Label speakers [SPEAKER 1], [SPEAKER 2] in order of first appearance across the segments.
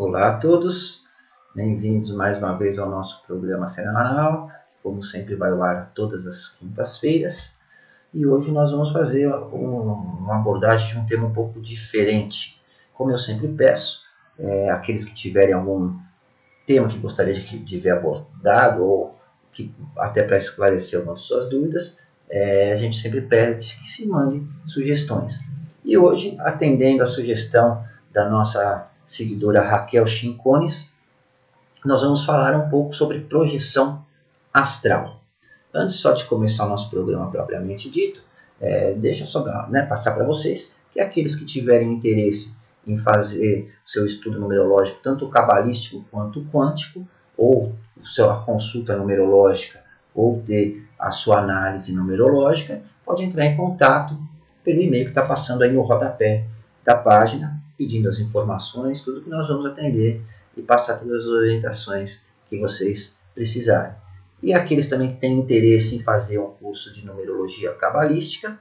[SPEAKER 1] Olá a todos, bem-vindos mais uma vez ao nosso programa semanal, como sempre vai ao ar todas as quintas-feiras, e hoje nós vamos fazer uma abordagem de um tema um pouco diferente. Como eu sempre peço, aqueles que tiverem algum tema que gostaria de ver abordado, ou que, até para esclarecer algumas de suas dúvidas, a gente sempre pede que se mande sugestões. E hoje, atendendo a sugestão da nossa seguidora Raquel Chincones, nós vamos falar um pouco sobre projeção astral. Antes só de começar o nosso programa propriamente dito, deixa eu só passar para vocês que aqueles que tiverem interesse em fazer seu estudo numerológico, tanto cabalístico quanto quântico, ou a consulta numerológica, ou ter a sua análise numerológica, pode entrar em contato pelo e-mail que está passando aí no rodapé da página, pedindo as informações, tudo que nós vamos atender e passar todas as orientações que vocês precisarem. E aqueles também que têm interesse em fazer um curso de numerologia cabalística,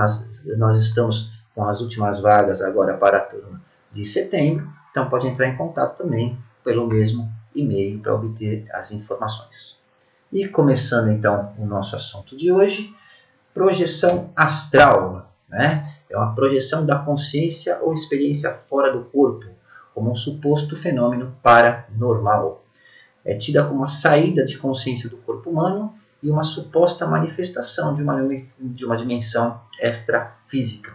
[SPEAKER 1] nós estamos com as últimas vagas agora para a turma de setembro, então pode entrar em contato também pelo mesmo e-mail para obter as informações. E começando então o nosso assunto de hoje, projeção astral, né? É uma projeção da consciência ou experiência fora do corpo, como um suposto fenômeno paranormal. É tida como uma saída de consciência do corpo humano e uma suposta manifestação de uma dimensão extrafísica.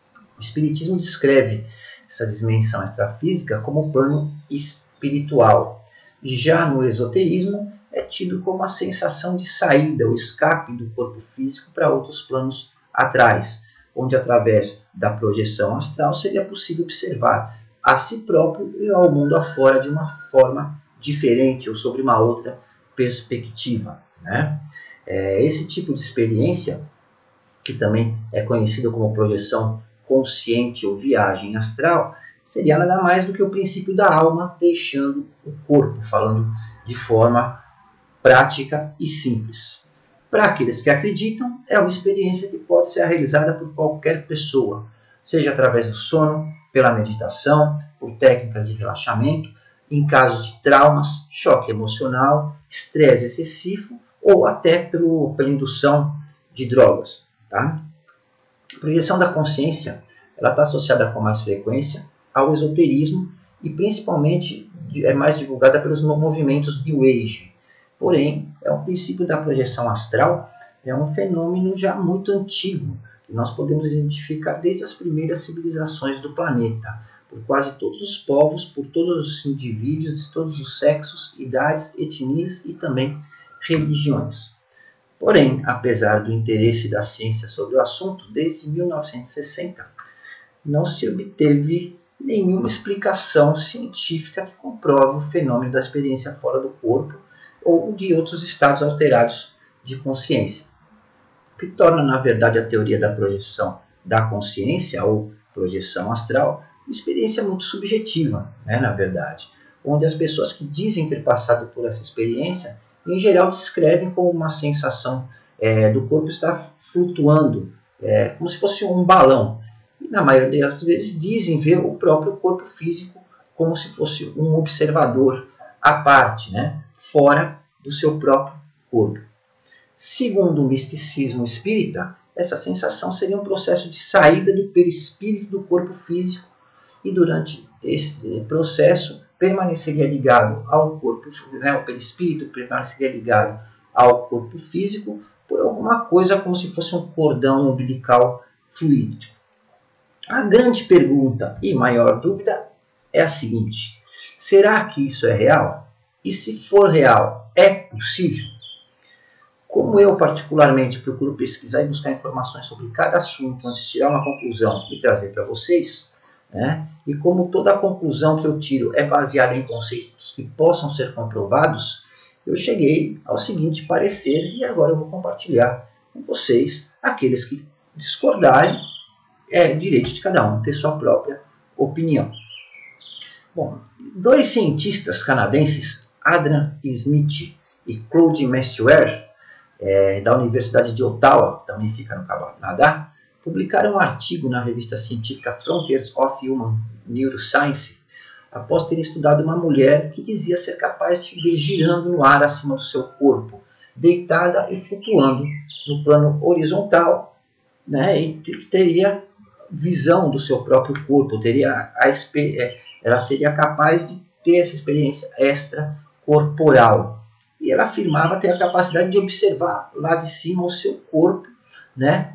[SPEAKER 1] O Espiritismo descreve essa dimensão extrafísica como plano espiritual. Já no esoterismo, é tido como a sensação de saída ou escape do corpo físico para outros planos atrás, onde através da projeção astral seria possível observar a si próprio e ao mundo afora de uma forma diferente ou sobre uma outra perspectiva, né? Esse tipo de experiência, que também é conhecido como projeção consciente ou viagem astral, seria nada mais do que o princípio da alma deixando o corpo, falando de forma prática e simples. Para aqueles que acreditam, é uma experiência que pode ser realizada por qualquer pessoa, seja através do sono, pela meditação, por técnicas de relaxamento, em casos de traumas, choque emocional, estresse excessivo ou até pela indução de drogas. Tá? A projeção da consciência está associada com mais frequência ao esoterismo e principalmente é mais divulgada pelos movimentos New Age. Porém, o princípio da projeção astral é um fenômeno já muito antigo, que nós podemos identificar desde as primeiras civilizações do planeta, por quase todos os povos, por todos os indivíduos, de todos os sexos, idades, etnias e também religiões. Porém, apesar do interesse da ciência sobre o assunto, desde 1960, não se obteve nenhuma explicação científica que comprove o fenômeno da experiência fora do corpo ou de outros estados alterados de consciência, o que torna, na verdade, a teoria da projeção da consciência ou projeção astral uma experiência muito subjetiva, né, na verdade, onde as pessoas que dizem ter passado por essa experiência, em geral, descrevem como uma sensação do corpo estar flutuando, como se fosse um balão, e na maioria das vezes dizem ver o próprio corpo físico como se fosse um observador à parte, né, fora do seu próprio corpo. Segundo o misticismo espírita, essa sensação seria um processo de saída do perispírito do corpo físico e durante esse processo permaneceria ligado ao corpo, né, o perispírito permaneceria ligado ao corpo físico por alguma coisa como se fosse um cordão umbilical fluídico. A grande pergunta e maior dúvida é a seguinte: será que isso é real? E se for real, é possível? Como eu particularmente procuro pesquisar e buscar informações sobre cada assunto antes de tirar uma conclusão e trazer para vocês, né? E como toda a conclusão que eu tiro é baseada em conceitos que possam ser comprovados, eu cheguei ao seguinte parecer e agora eu vou compartilhar com vocês. Aqueles que discordarem, é direito de cada um ter sua própria opinião. Bom, dois cientistas canadenses, Adrian Smith e Claude Messuer, da Universidade de Ottawa, também fica no Canadá, publicaram um artigo na revista científica Frontiers of Human Neuroscience, após ter estudado uma mulher que dizia ser capaz de ver girando no ar acima do seu corpo, deitada e flutuando no plano horizontal, né, e teria visão do seu próprio corpo, ela seria capaz de ter essa experiência extracorporal. E ela afirmava ter a capacidade de observar lá de cima o seu corpo, né,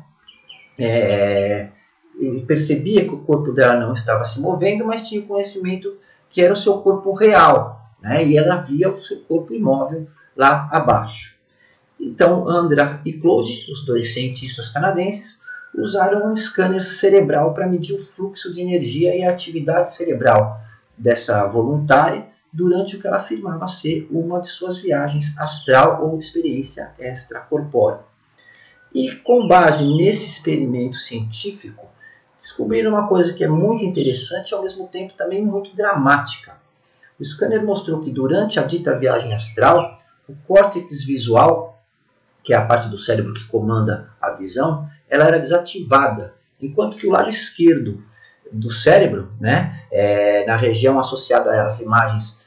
[SPEAKER 1] e percebia que o corpo dela não estava se movendo, mas tinha o conhecimento que era o seu corpo real, né, e ela via o seu corpo imóvel lá abaixo. Então, Andra e Claude, os dois cientistas canadenses, usaram um scanner cerebral para medir o fluxo de energia e a atividade cerebral dessa voluntária durante o que ela afirmava ser uma de suas viagens astral ou experiência extracorpórea. E com base nesse experimento científico, descobriram uma coisa que é muito interessante e ao mesmo tempo também muito dramática. O scanner mostrou que durante a dita viagem astral, o córtex visual, que é a parte do cérebro que comanda a visão, ela era desativada, enquanto que o lado esquerdo do cérebro, né, na região associada às imagens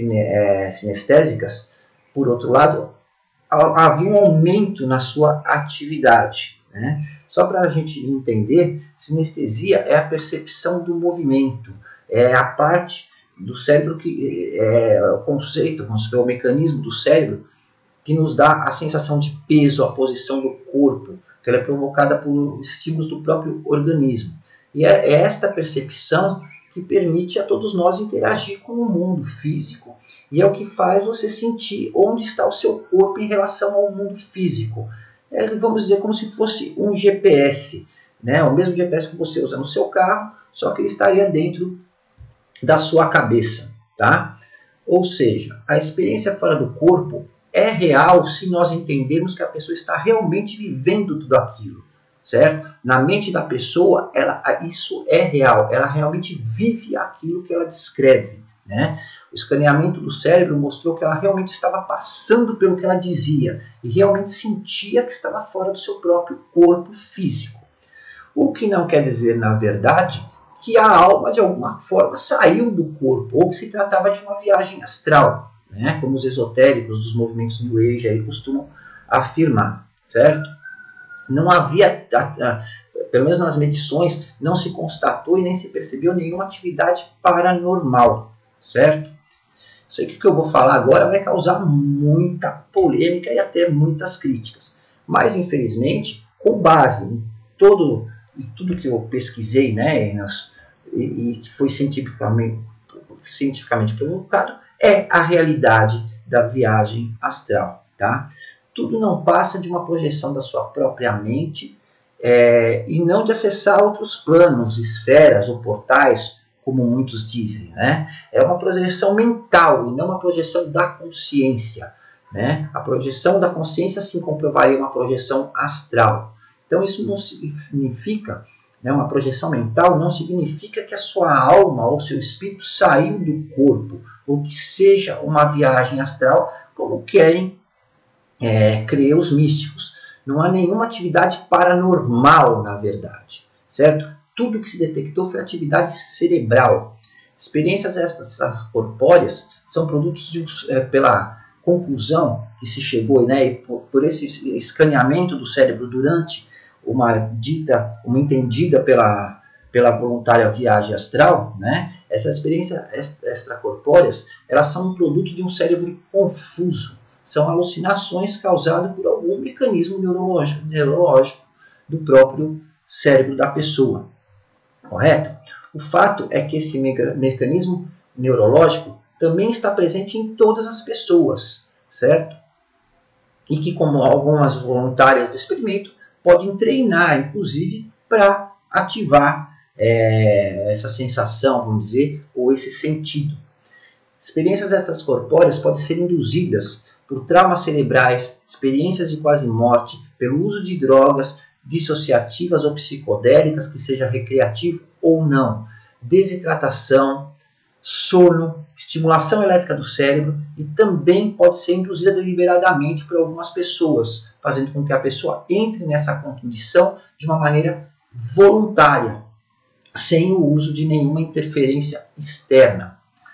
[SPEAKER 1] sinestésicas, por outro lado, havia um aumento na sua atividade, né? Só para a gente entender, sinestesia é a percepção do movimento, é a parte do cérebro que é o conceito, o mecanismo do cérebro que nos dá a sensação de peso, a posição do corpo, que ela é provocada por estímulos do próprio organismo. E é esta percepção que permite a todos nós interagir com o mundo físico. E é o que faz você sentir onde está o seu corpo em relação ao mundo físico. Vamos dizer como se fosse um GPS, né? O mesmo GPS que você usa no seu carro, só que ele estaria dentro da sua cabeça, tá? Ou seja, a experiência fora do corpo é real se nós entendermos que a pessoa está realmente vivendo tudo aquilo, certo? Na mente da pessoa, isso é real, ela realmente vive aquilo que ela descreve, né? O escaneamento do cérebro mostrou que ela realmente estava passando pelo que ela dizia e realmente sentia que estava fora do seu próprio corpo físico. O que não quer dizer, na verdade, que a alma de alguma forma saiu do corpo ou que se tratava de uma viagem astral, né, como os esotéricos dos movimentos New Age aí costumam afirmar, certo? Não havia, pelo menos nas medições, não se constatou e nem se percebeu nenhuma atividade paranormal, certo? Sei que o que eu vou falar agora vai causar muita polêmica e até muitas críticas, mas infelizmente, com base em tudo que eu pesquisei, né, e que foi cientificamente provocado, é a realidade da viagem astral, tá? Tudo não passa de uma projeção da sua própria mente e não de acessar outros planos, esferas ou portais, como muitos dizem, né? É uma projeção mental e não uma projeção da consciência, né? A projeção da consciência sim comprovaria uma projeção astral. Então isso não significa, né, uma projeção mental não significa que a sua alma ou seu espírito saiu do corpo, ou que seja uma viagem astral, como querem crer os místicos. Não há nenhuma atividade paranormal, na verdade, certo? Tudo que se detectou foi atividade cerebral. Experiências extracorpóreas são produtos pela conclusão que se chegou, né, e por esse escaneamento do cérebro durante uma entendida pela voluntária viagem astral, né? Essas experiências extracorpóreas, elas são um produto de um cérebro confuso. São alucinações causadas por algum mecanismo neurológico do próprio cérebro da pessoa. Correto? O fato é que esse mecanismo neurológico também está presente em todas as pessoas, certo? E que, como algumas voluntárias do experimento, podem treinar, inclusive, para ativar essa sensação, vamos dizer, ou esse sentido. Experiências extracorpóreas podem ser induzidas por traumas cerebrais, experiências de quase morte, pelo uso de drogas dissociativas ou psicodélicas, que seja recreativo ou não, desidratação, sono, estimulação elétrica do cérebro, e também pode ser induzida deliberadamente por algumas pessoas, fazendo com que a pessoa entre nessa condição de uma maneira voluntária, sem o uso de nenhuma interferência externa.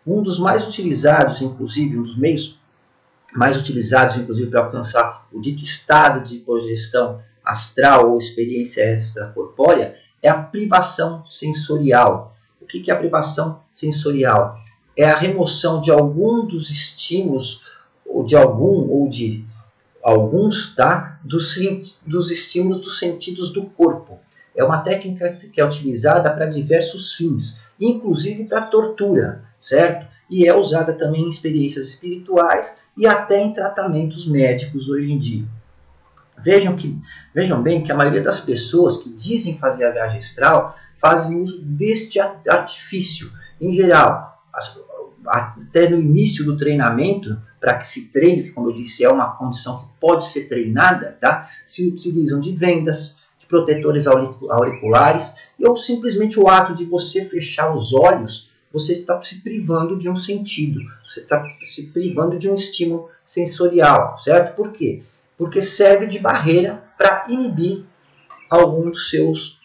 [SPEAKER 1] Um dos mais utilizados, inclusive, um dos meios mais utilizados, inclusive, para alcançar o dito estado de projeção astral ou experiência extracorpórea é a privação sensorial. O que é a privação sensorial? É a remoção de algum dos estímulos, ou de alguns, tá? dos estímulos dos sentidos do corpo. É uma técnica que é utilizada para diversos fins, inclusive para tortura, certo? E é usada também em experiências espirituais e até em tratamentos médicos hoje em dia. Vejam bem que a maioria das pessoas que dizem fazer a viagem astral fazem uso deste artifício. Em geral, até no início do treinamento, para que se treine, que como eu disse é uma condição que pode ser treinada, tá? Se utilizam de vendas, de protetores auriculares, ou simplesmente o ato de você fechar os olhos, você está se privando de um sentido, você está se privando de um estímulo sensorial, certo? Por quê? Porque serve de barreira para inibir algum dos seus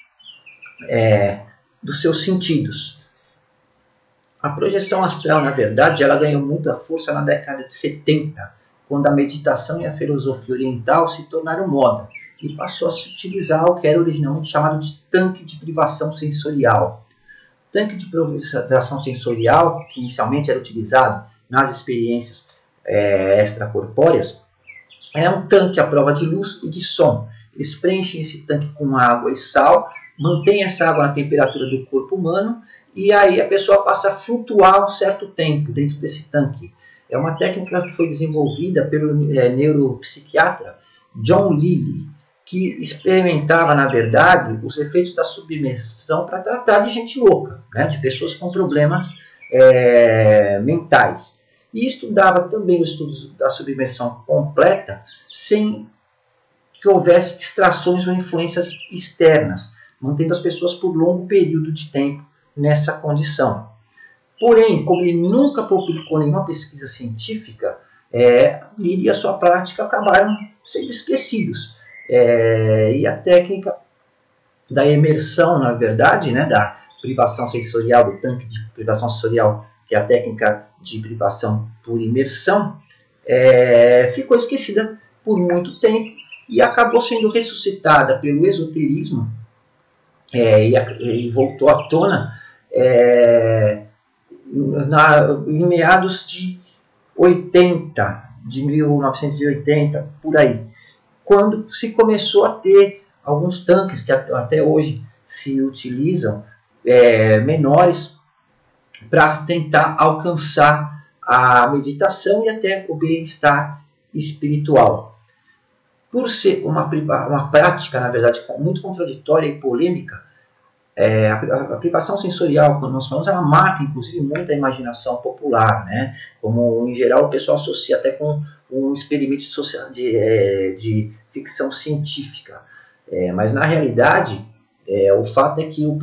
[SPEAKER 1] sentidos. A projeção astral, na verdade, ela ganhou muita força na década de 70, quando a meditação e a filosofia oriental se tornaram moda e passou a se utilizar o que era originalmente chamado de tanque de privação sensorial. Tanque de privação sensorial, que inicialmente era utilizado nas experiências extracorpóreas, é um tanque à prova de luz e de som. Eles preenchem esse tanque com água e sal, mantêm essa água na temperatura do corpo humano e aí a pessoa passa a flutuar um certo tempo dentro desse tanque. É uma técnica que foi desenvolvida pelo neuropsiquiatra John Lilly, que experimentava, na verdade, os efeitos da submersão para tratar de gente louca, né, de pessoas com problemas mentais. E estudava também os estudos da submersão completa sem que houvesse distrações ou influências externas, mantendo as pessoas por longo período de tempo nessa condição. Porém, como ele nunca publicou nenhuma pesquisa científica, ele e a sua prática acabaram sendo esquecidos. E a técnica da imersão, na verdade, né, da privação sensorial, do tanque de privação sensorial, que é a técnica de privação por imersão, ficou esquecida por muito tempo e acabou sendo ressuscitada pelo esoterismo e voltou à tona em meados de 1980, por aí, quando se começou a ter alguns tanques que até hoje se utilizam, menores, para tentar alcançar a meditação e até o bem-estar espiritual. Por ser uma prática, na verdade, muito contraditória e polêmica, a privação sensorial, quando nós falamos, ela marca, inclusive, muito a imaginação popular, né? Como, em geral, o pessoal associa até com um experimento de ficção científica. Mas, na realidade, o fato é que o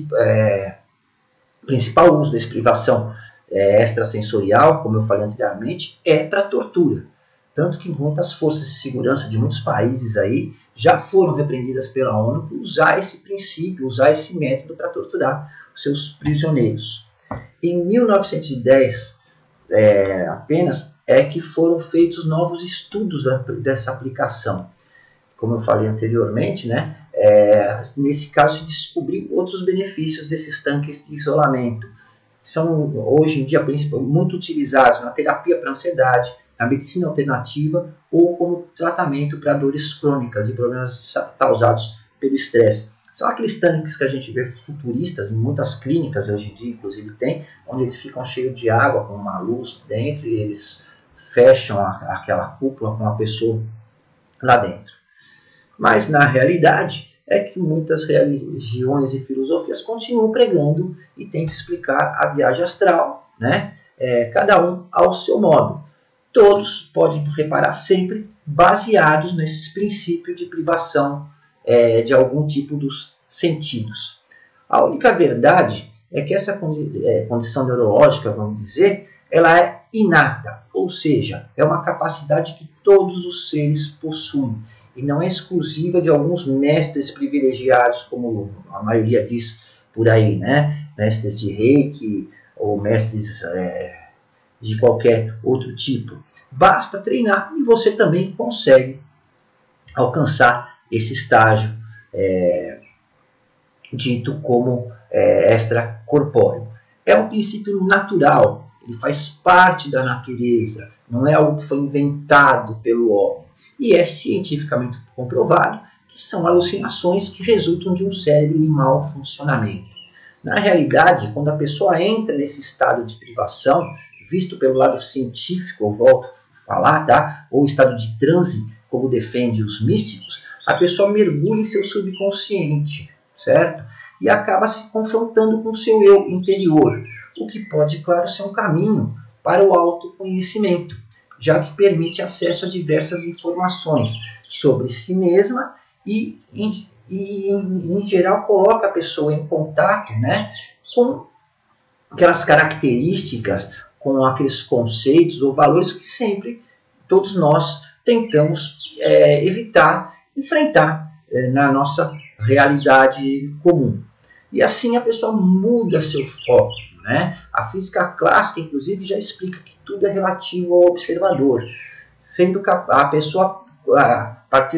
[SPEAKER 1] principal uso dessa privação extrasensorial, como eu falei anteriormente, é para tortura. Tanto que muitas forças de segurança de muitos países aí já foram repreendidas pela ONU por usar esse princípio, usar esse método para torturar os seus prisioneiros. Em 1910, apenas, que foram feitos novos estudos dessa aplicação. Como eu falei anteriormente, né, nesse caso se descobriu outros benefícios desses tanques de isolamento. São, hoje em dia, muito utilizados na terapia para ansiedade, na medicina alternativa ou como tratamento para dores crônicas e problemas causados pelo estresse. São aqueles tanques que a gente vê futuristas em muitas clínicas hoje em dia, inclusive tem, onde eles ficam cheios de água com uma luz dentro e eles fecham aquela cúpula com a pessoa lá dentro. Mas na realidade é que muitas religiões e filosofias continuam pregando e tentam explicar a viagem astral, né? Cada um ao seu modo. Todos podem reparar sempre baseados nesses princípios de privação de algum tipo dos sentidos. A única verdade é que essa condição neurológica, vamos dizer, ela é inata, ou seja, é uma capacidade que todos os seres possuem e não é exclusiva de alguns mestres privilegiados, como a maioria diz por aí, né? Mestres de Reiki, ou mestres de qualquer outro tipo. Basta treinar e você também consegue alcançar esse estágio dito como extracorpóreo. É um princípio natural, ele faz parte da natureza, não é algo que foi inventado pelo homem. E é cientificamente comprovado que são alucinações que resultam de um cérebro em mau funcionamento. Na realidade, quando a pessoa entra nesse estado de privação, visto pelo lado científico, eu volto a falar, tá? Ou estado de transe, como defendem os místicos, a pessoa mergulha em seu subconsciente, certo? E acaba se confrontando com o seu eu interior, o que pode, claro, ser um caminho para o autoconhecimento, já que permite acesso a diversas informações sobre si mesma e, em geral, coloca a pessoa em contato, né, com aquelas características, com aqueles conceitos ou valores que sempre todos nós tentamos evitar, enfrentar na nossa realidade comum. E assim a pessoa muda seu foco, né? A física clássica, inclusive, já explica que tudo é relativo ao observador, sendo que a pessoa, a partir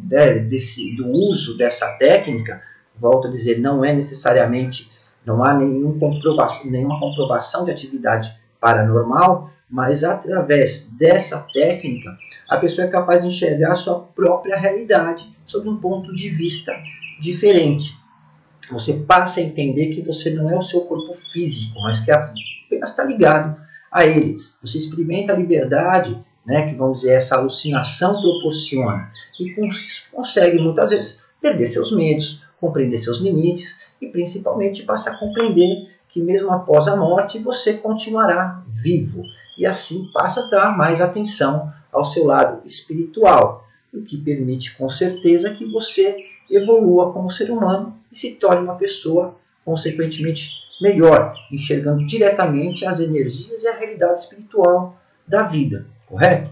[SPEAKER 1] do uso dessa técnica, volto a dizer, não é necessariamente, não há nenhuma comprovação de atividade paranormal, mas através dessa técnica, a pessoa é capaz de enxergar a sua própria realidade sob um ponto de vista diferente. Você passa a entender que você não é o seu corpo físico, mas que apenas está ligado a ele. Você experimenta a liberdade, né, que vamos dizer, essa alucinação proporciona, e consegue muitas vezes perder seus medos, compreender seus limites e principalmente passa a compreender que mesmo após a morte você continuará vivo e assim passa a dar mais atenção ao seu lado espiritual, o que permite com certeza que você evolua como ser humano e se torne uma pessoa consequentemente melhor, enxergando diretamente as energias e a realidade espiritual da vida, correto?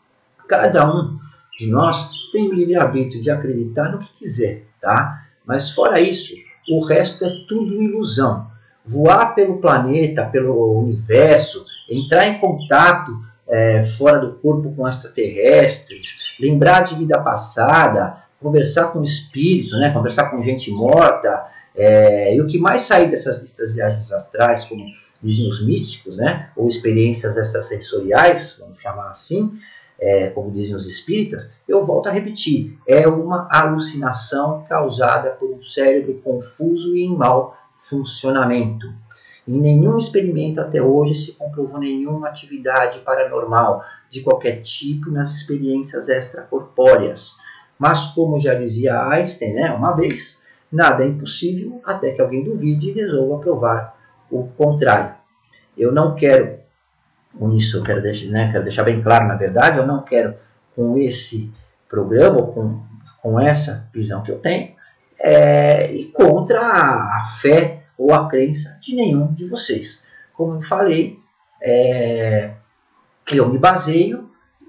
[SPEAKER 1] Cada um de nós tem o livre-arbítrio de acreditar no que quiser, tá? Mas fora isso, o resto é tudo ilusão. Voar pelo planeta, pelo universo, entrar em contato fora do corpo com extraterrestres, lembrar de vida passada, conversar com espíritos, né? Conversar com gente morta, e o que mais sair dessas listas de viagens astrais, como dizem os místicos, né? Ou experiências extrasensoriais, vamos chamar assim, como dizem os espíritas, eu volto a repetir, é uma alucinação causada por um cérebro confuso e em mau funcionamento. Em nenhum experimento até hoje se comprovou nenhuma atividade paranormal de qualquer tipo nas experiências extracorpóreas. Mas, como já dizia Einstein, né, uma vez, nada é impossível até que alguém duvide e resolva provar o contrário. Eu não quero, com isso, eu quero deixar bem claro, na verdade, eu não quero, com esse programa, ou com essa visão que eu tenho, ir contra a fé ou a crença de nenhum de vocês. Como eu falei, eu me baseio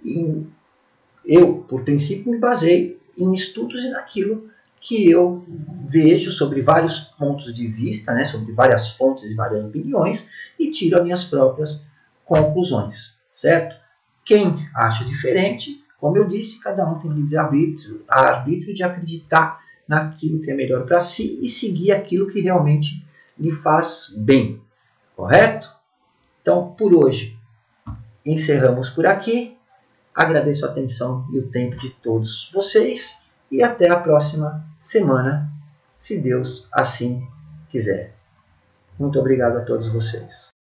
[SPEAKER 1] por princípio, me baseio em estudos e naquilo que eu vejo sobre vários pontos de vista, né, sobre várias fontes e várias opiniões, e tiro as minhas próprias conclusões, certo? Quem acha diferente, como eu disse, cada um tem livre-arbítrio de acreditar naquilo que é melhor para si e seguir aquilo que realmente lhe faz bem, correto? Então, por hoje, encerramos por aqui. Agradeço a atenção e o tempo de todos vocês e até a próxima semana, se Deus assim quiser. Muito obrigado a todos vocês.